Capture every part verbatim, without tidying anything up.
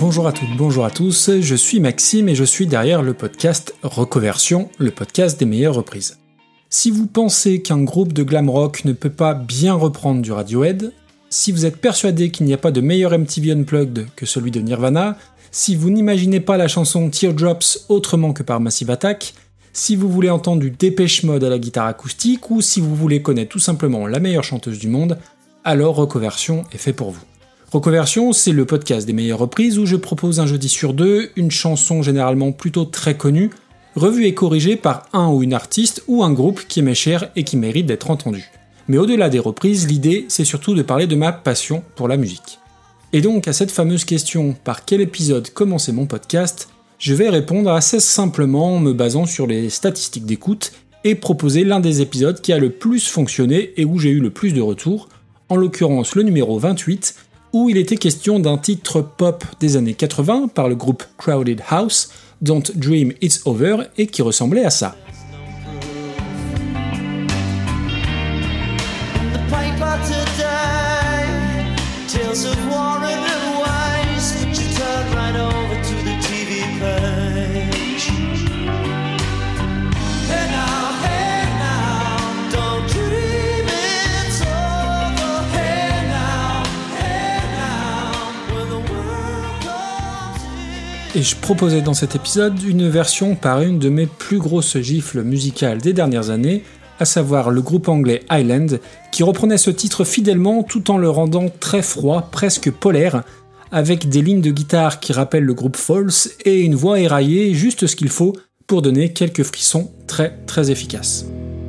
Bonjour à toutes, bonjour à tous, je suis Maxime et je suis derrière le podcast Recoversion, le podcast des meilleures reprises. Si vous pensez qu'un groupe de glam rock ne peut pas bien reprendre du Radiohead, si vous êtes persuadé qu'il n'y a pas de meilleur M T V Unplugged que celui de Nirvana, si vous n'imaginez pas la chanson Teardrops autrement que par Massive Attack, si vous voulez entendre du Depeche Mode à la guitare acoustique ou si vous voulez connaître tout simplement la meilleure chanteuse du monde, alors Recoversion est fait pour vous. Recoversion, c'est le podcast des meilleures reprises où je propose un jeudi sur deux une chanson généralement plutôt très connue, revue et corrigée par un ou une artiste ou un groupe qui m'est cher et qui mérite d'être entendu. Mais au-delà des reprises, l'idée c'est surtout de parler de ma passion pour la musique. Et donc à cette fameuse question « Par quel épisode commencer mon podcast ?», je vais répondre assez simplement en me basant sur les statistiques d'écoute et proposer l'un des épisodes qui a le plus fonctionné et où j'ai eu le plus de retours, en l'occurrence le numéro vingt-huit, où il était question d'un titre pop des années quatre-vingts par le groupe Crowded House, Don't Dream It's Over, et qui ressemblait à ça. Et je proposais dans cet épisode une version par une de mes plus grosses gifles musicales des dernières années, à savoir le groupe anglais Island, qui reprenait ce titre fidèlement tout en le rendant très froid, presque polaire, avec des lignes de guitare qui rappellent le groupe False et une voix éraillée, juste ce qu'il faut pour donner quelques frissons très très efficaces.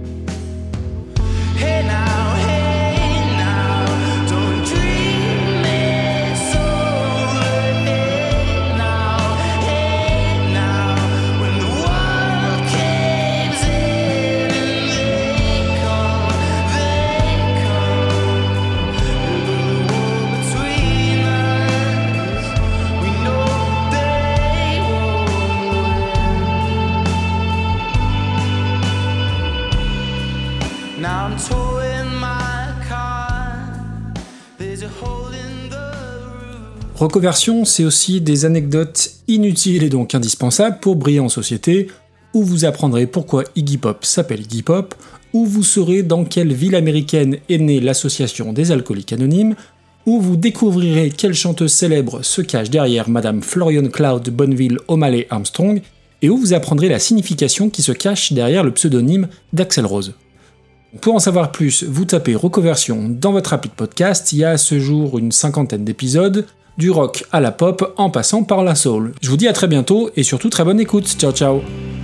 Recoversion, c'est aussi des anecdotes inutiles et donc indispensables pour briller en société, où vous apprendrez pourquoi Iggy Pop s'appelle Iggy Pop, où vous saurez dans quelle ville américaine est née l'association des alcooliques anonymes, où vous découvrirez quelle chanteuse célèbre se cache derrière Madame Florian Cloud Bonneville O'Malley Armstrong, et où vous apprendrez la signification qui se cache derrière le pseudonyme d'Axl Rose. Pour en savoir plus, vous tapez Recoversion dans votre appli de podcast, il y a à ce jour une cinquantaine d'épisodes, du rock à la pop en passant par la soul. Je vous dis à très bientôt et surtout très bonne écoute, ciao ciao.